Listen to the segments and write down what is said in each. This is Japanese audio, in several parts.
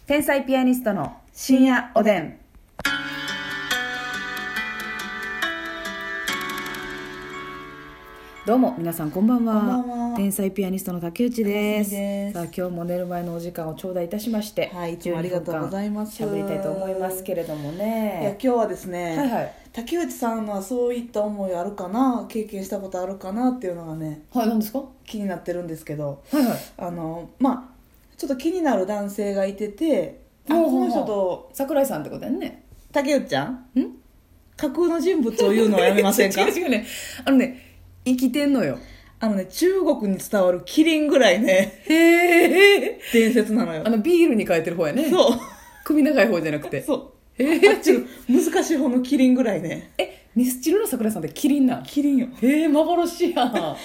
天才ピアニストの深夜おでん。どうも皆さんこんばんは。 こんばんは。 天才ピアニストの竹内です。 です。 さあ今日も寝る前のお時間を頂戴いたしまして、 はい、いつもありがとうございます。 喋りたいと思いますけれどもね。 いや今日はですね、 はいはい、 竹内さんはそういった思いあるかな、経験したことあるかなっていうのがね、 はい、何ですか？ 気になってるんですけど、 はいはい、 ちょっと気になる男性がいてて、この人と桜井さんってことやんね。 竹内ちゃん架空の人物を言うのはやめませんか？ 違うね、生きてんのよ。 中国に伝わるキリンぐらいね、 へー、 伝説なのよ。 ビールに変えてる方やね。 そう。 首長い方じゃなくて。 そう。あっちの難しい方のキリンぐらいね。 ミスチルの桜井さんってキリンなん？ キリンよ。 幻やん。 幻。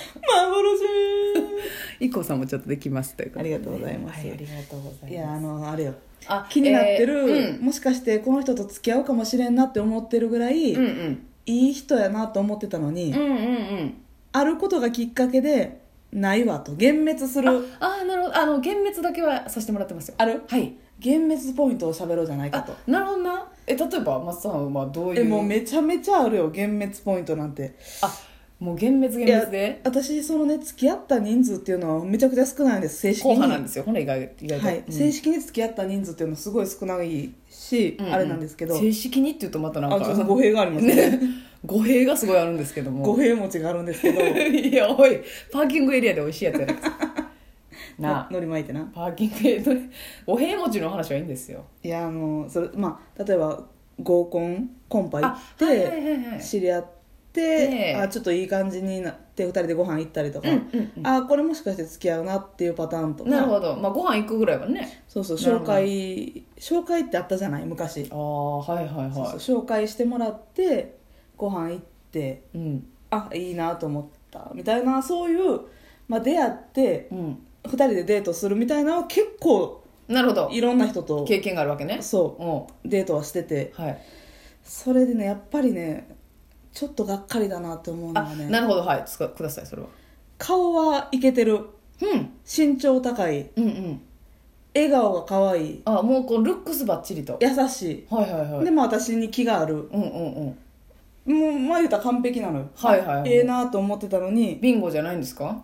i k さんもちょっとできますということで、 ありがとうございます。 はい、ありがとうございます。 いやあれよ。気になってる、もしかしてこの人と付き合うかもしれんなって思ってるぐらい、いい人やなと思ってたのに、あることがきっかけでないわと幻滅する。 なるほど。幻滅だけはさせてもらってますよ。 ある？ はい。 幻滅ポイントを喋ろうじゃないかと。 なるほどな。例えば松さんはどういう？ もうめちゃめちゃあるよ、幻滅ポイントなんて。 もう幻滅で。 私そのね、付き合った人数っていうのはめちゃくちゃ少ないんです。正式に。 後半なんですよ。意外と。 はい、正式に付き合った人数っていうのはすごい少ないし、あれなんですけど。 正式にって言うとまたなんか語弊がありますね。 語弊がすごいあるんですけども。 語弊持ちがあるんですけど。 いやおい、パーキングエリアで美味しいやつやなくて。 のり巻いてな。 パーキングエリア語弊持ちの話はいいんですよ。 いやそれ例えば合コンコンパ行って知り合って、ちょっといい感じになって2人でご飯行ったりとか、これもしかして付き合うなっていうパターンとか。 なるほど。ご飯行くぐらいはね。 そう紹介ってあったじゃない昔。紹介してもらってご飯行って、いいなと思ったみたいな、そういう、出会って、2人でデートするみたいなのは結構、 なるほど、 いろんな人と経験があるわけね。 そうデートはしてて、それでねやっぱりねちょっとがっかりだなって思うのはね。 なるほど、はい、ください。それは顔はイケてる、身長高い、笑顔が可愛い、 もうこうルックスバッチリと優しい、でも私に気がある、もう言うたら完璧なのよ。なと思ってたのに。 ビンゴじゃないんですか？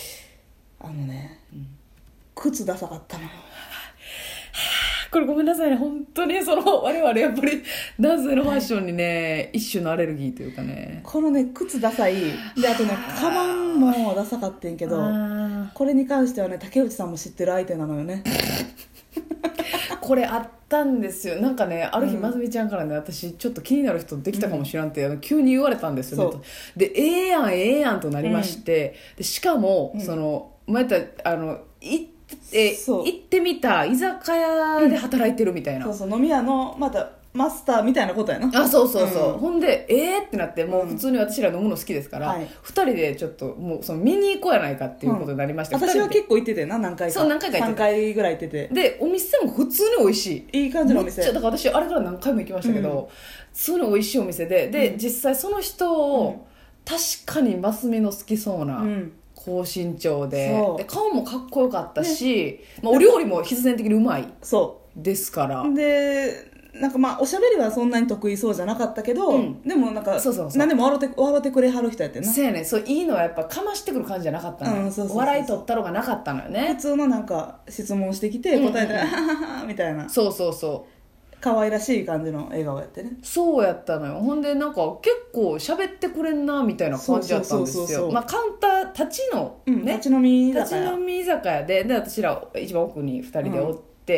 靴ダサかったのよ。 これごめんなさいね、本当に我々やっぱり男性のファッションにね、一種のアレルギーというかね。 このね靴ダサいで、あとねカバンもダサかってんけど、これに関してはね竹内さんも知ってる相手なのよね。 これあったんですよ。なんかね、ある日まずみちゃんからね、私ちょっと気になる人できたかもしらんって、急に言われたんですよね。でええやんとなりまして、でしかも、前言った行ってみた居酒屋で働いてるみたいな、 飲み屋のまたマスターみたいなことやな。 そう、ほんでってなって、もう普通に私ら飲むの好きですから、2人でちょっともう見に行こうやないかっていうことになりまして、 私は結構行っててな、何回か3回ぐらい行ってて、 でお店も普通に美味しい、 いい感じのお店だから私あれから何回も行きましたけど、普通に美味しいお店で、実際その人を、確かにマスミの好きそうな、高身長で顔もかっこよかったし、お料理も必然的にうまいですから。 でなんかおしゃべりはそんなに得意そうじゃなかったけど、でもなんか何でも笑ってくれはる人やってんな。 そうやね。いいのはやっぱかましてくる感じじゃなかったのよ。笑い取ったろがなかったのよね。 普通のなんか質問してきて答えたら、みたいな。可愛らしい感じの笑顔やってね。そうやったのよ。ほんでなんか結構喋ってくれんなみたいな感じだったんですよ。カウンター立ちのね、 立ち飲み居酒屋で私ら一番奥に2人でおって、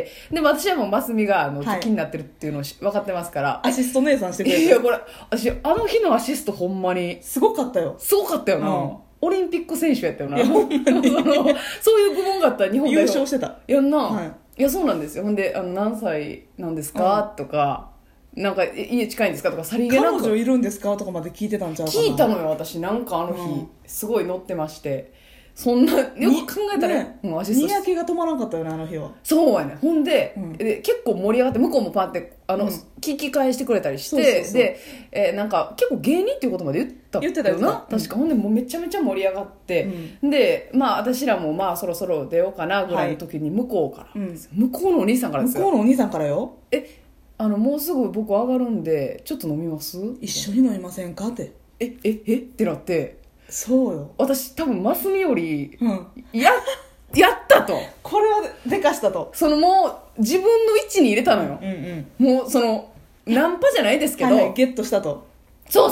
でも私はもうマスミが気になってるっていうのを分かってますから、 アシスト姉さんしてくれて。 いやこれ私あの日のアシストほんまにすごかったよ。 な、オリンピック選手やったよな。そういう部門があったら日本代表優勝してたやんな。いやそうなんですよ。ほんで何歳なんですか、とか、なんか家近いんですかとか、さりげなく彼女いるんですかとかまで聞いてたんちゃうかな。 聞いたのよ私。なんかあの日、すごい乗ってまして、 そんなよく考えたら、 ね、 アシストにやけが止まらなかったよねあの日は。 そうやね。ほんで、 で結構盛り上がって向こうもパンって聞き返してくれたりして、で、なんか結構芸人っていうことまで言ってたよな、確か。ほんでもうめちゃめちゃ盛り上がって、でまあ私らもまあそろそろ出ようかなぐらいの時に向こうから、向こうのお兄さんからですよ。 向こうのお兄さんからよ。 もうすぐ僕上がるんでちょっと飲みます？ 一緒に飲みませんかって。 ってなって、 そうよ。 私多分マスミより、やったと。 これはでかしたと。 もう自分の位置に入れたのよ。もうナンパじゃないですけど、 ゲットしたと。 そう、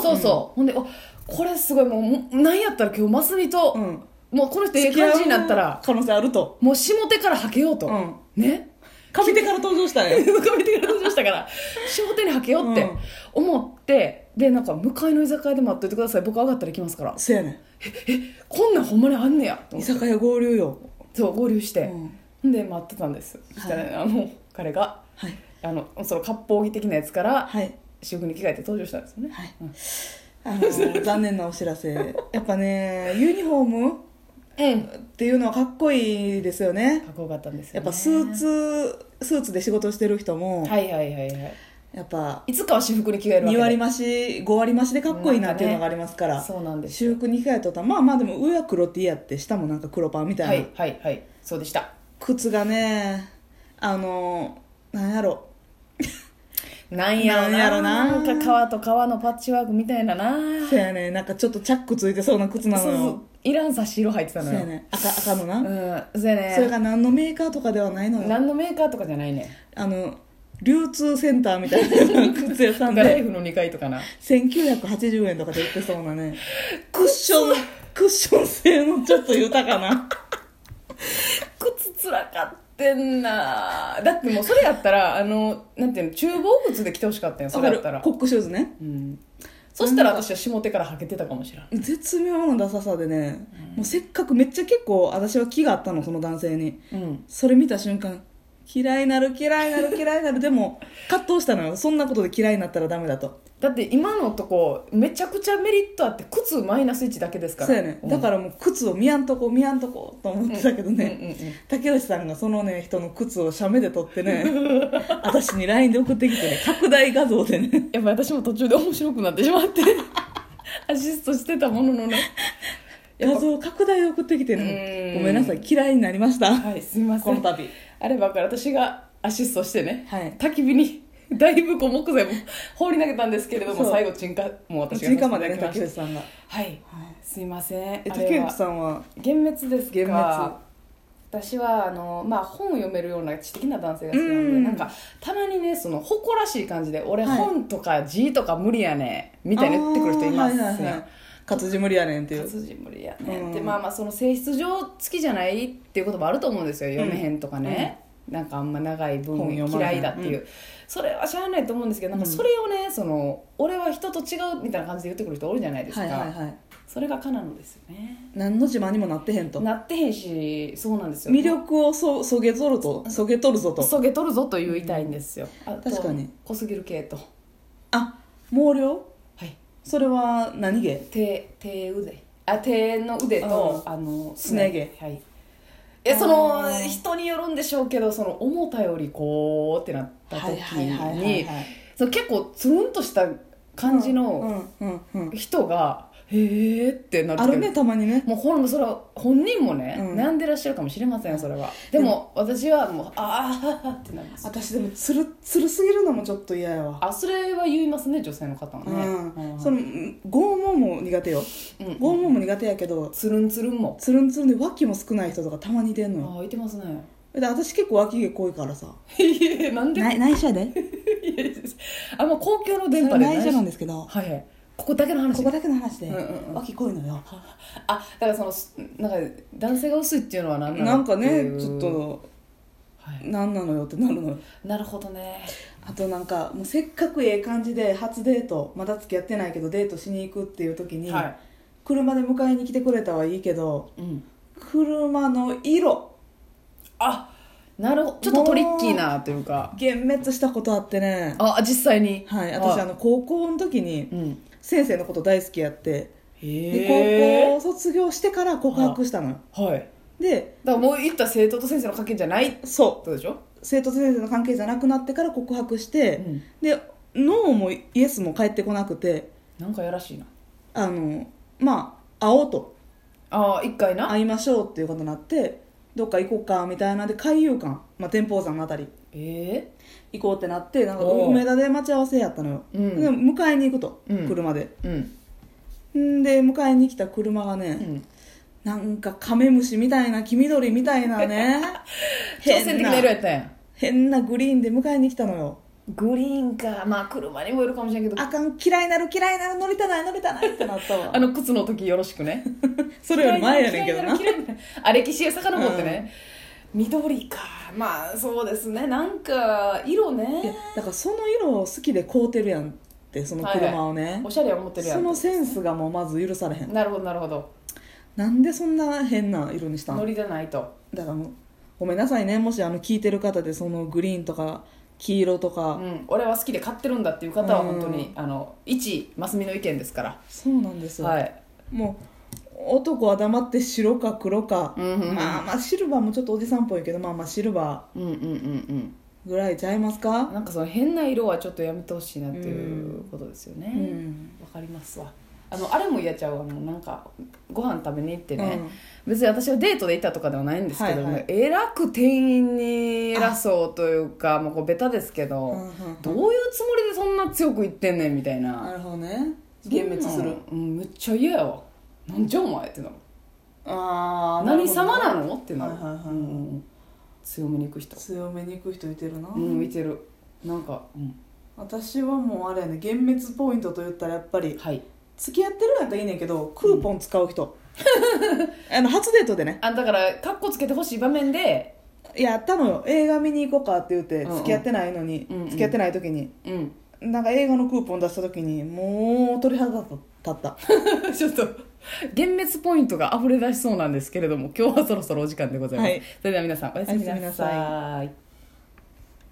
ほんでこれすごい、もうなんやったら今日マスミと、もうこの人ええ感じになったら可能性あると。 もう下手からはけようと、ね、 上手から登場したね。 上手から登場したから下手にはけようって思って、でなんか向かいの居酒屋で待っといてください、僕上がったら行きますから。 そうやね。 こんなんほんまにあんねやと思って。居酒屋合流よ。 そう合流して、で待ってたんです。そしたら彼が、その割烹着的なやつから私服に着替えて登場したんですよね。 残念なお知らせ。やっぱねユニフォームっていうのはかっこいいですよね。 かっこよかったんですよね。 やっぱスーツで仕事してる人も、やっぱいつかは私服に着替えるわけで 2割増し5割増しでかっこいいなっていうのがありますから、 そうなんです。 私服に着替えとったらまあでも上は黒 T やって下もなんか黒パンみたいな、 そうでした。 靴がねなんやろなんやろなんか革と革のパッチワークみたいなな。 そうやね、なんかちょっとチャックついてそうな靴なのよ。 そういらん差し色入ってたのよ。 そうやね、赤のな。 そうやね。 それが何のメーカーとかではないのよ。 何のメーカーとかじゃないね。 流通センターみたいな靴屋さんでガライフの2階とかな、 1980円とかで売ってそうなね、クッション性のちょっと豊かな靴つらかってんな。だってもうそれやったらなんていうの、厨房靴で着てほしかったよ。それやったらコックシューズね、 そしたら私は下手から履けてたかもしれない。 絶妙なダサさでね、もうせっかくめっちゃ結構私は気があったの、その男性に、それ見た瞬間嫌いなるでも葛藤したのよ。そんなことで嫌いになったらダメだと。 だって今のとこめちゃくちゃメリットあって、靴マイナス1だけですから。 そうやね、だからもう靴を見やんとこと思ってたけどね、竹内さんがそのね人の靴を写メで撮ってね私に LINE で送ってきてね、拡大画像でね、 やっぱ私も途中で面白くなってしまってアシストしてたもののね、 画像拡大で送ってきてね、ごめんなさい、嫌いになりました。 はい、すいません。 この度あればっかり私がアシストしてね、焚き火にだいぶ木材も放り投げたん私が鎮火までね、竹内さんが。 はい、すいません。 竹内さんは幻滅ですか？私は本を読めるような知的な男性が好きなんで、なんかたまにね誇らしい感じで、俺本とか字とか無理やねみたいに言ってくる人いますね。 活字無理やねんっていう。 活字無理やねんって、その性質上好きじゃないっていうこともあると思うんですよ。読めへんとかね、なんかあんま長い文嫌いだっていう、それはしゃあないと思うんですけど、なんかそれをね俺は人と違うみたいな感じで言ってくる人おるじゃないですか。それがカナのですよね。 何の自慢にもなってへんと。 なってへんし、そうなんですよ。 魅力をそげ取るぞと言いたいんですよ。 確かに濃すぎる系と。 毛量。それは何毛？ 手の腕とすね毛。 人によるんでしょうけど、重たよりこうってなった時に結構つるんとした感じの人がへーってなる。 あるね、たまにね。 もうそれは本人もね、悩んでらっしゃるかもしれません。それはでも私はもうってなります。 私でもつるすぎるのもちょっと嫌やわ。 それは言いますね、女性の方はね。 拷問も苦手よ。拷問も苦手やけど、 つるんつるんで脇も少ない人とかたまにいてんのよ。 いてますね。 私結構脇毛濃いからさ。 なんで？ 内緒やで。 公共の電波で内緒なんですけど。 ここだけの話で、脇濃いのよ。 だからなんか男性が薄いっていうのは何なの？ なんかね、ちょっと何なのよってなるのよ。 なるほどね。 あとなんかもうせっかくええ感じで初デート、まだ付き合ってないけどデートしに行くっていう時に、車で迎えに来てくれたはいいけど、車の色、 なるほど、ちょっとトリッキーなというか。 幻滅したことあってね。 実際に。 私高校の時に先生のこと大好きやって、 で高校卒業してから告白したのよ。 はい。 でだからもう言った生徒と先生の関係じゃないそうでしょ。 生徒と先生の関係じゃなくなってから告白して、でノーもイエスも返ってこなくて、 なんかやらしいな。 まあ会おうと、 一回な会いましょうっていうことになって、どっか行こうかみたいなんで海遊館、天保山のあたり行こうってなって、なんか梅田で待ち合わせやったのよ、で迎えに行くと、車で、で迎えに来た車がね、なんかカメムシみたいな黄緑みたいなね挑戦的な色やったんや。 変なグリーンで迎えに来たのよ。 グリーンか、車にもよるかもしれんけど、 あかん、嫌いなる乗りたないってなったわ靴の時よろしくねそれより前やねんけどな歴史へ遡ってね、緑か、そうですね、なんか色ね。 いやだからその色好きで買うてるやんって、その車をね、 おしゃれは持ってるやん。 そのセンスがもうまず許されへん。 なるほど。 なんでそんな変な色にしたん？ ノリじゃないと。 だからもうごめんなさいね、もし聞いてる方でそのグリーンとか黄色とか、 俺は好きで買ってるんだっていう方は本当に、一マスミの意見ですから。 そうなんですよ、 はい、 もう男は黙って白か黒か、シルバーもちょっとおじさんっぽいけど、シルバーぐらいちゃいますか。 なんかその変な色はちょっとやめてほしいなっていうことですよね。わかりますわ。あれも嫌ちゃう。なんかご飯食べに行ってね、別に私はデートで行ったとかではないんですけど、えらく店員に偉そうというか、もうこうベタですけど、どういうつもりでそんな強く言ってんねんみたいな。 なるほどね。幻滅する。 めっちゃ嫌やわ。なんじゃお前ってなる。何様なのってなる。強めに行く人いてるな。 いてる。なんか、 私はもうあれやね、幻滅ポイントと言ったらやっぱり、付き合ってるんやったらいいねんけど、クーポン使う人、初デートでね、 だからカッコつけてほしい場面でやったのよ。映画見に行こうかって言って付き合ってないのに、付き合ってない時に、なんか映画のクーポン出した時にもう鳥肌立ったちょっと幻滅ポイントが溢れ出しそうなんですけれども、今日はそろそろお時間でございます、それでは皆さんおやすみなさい。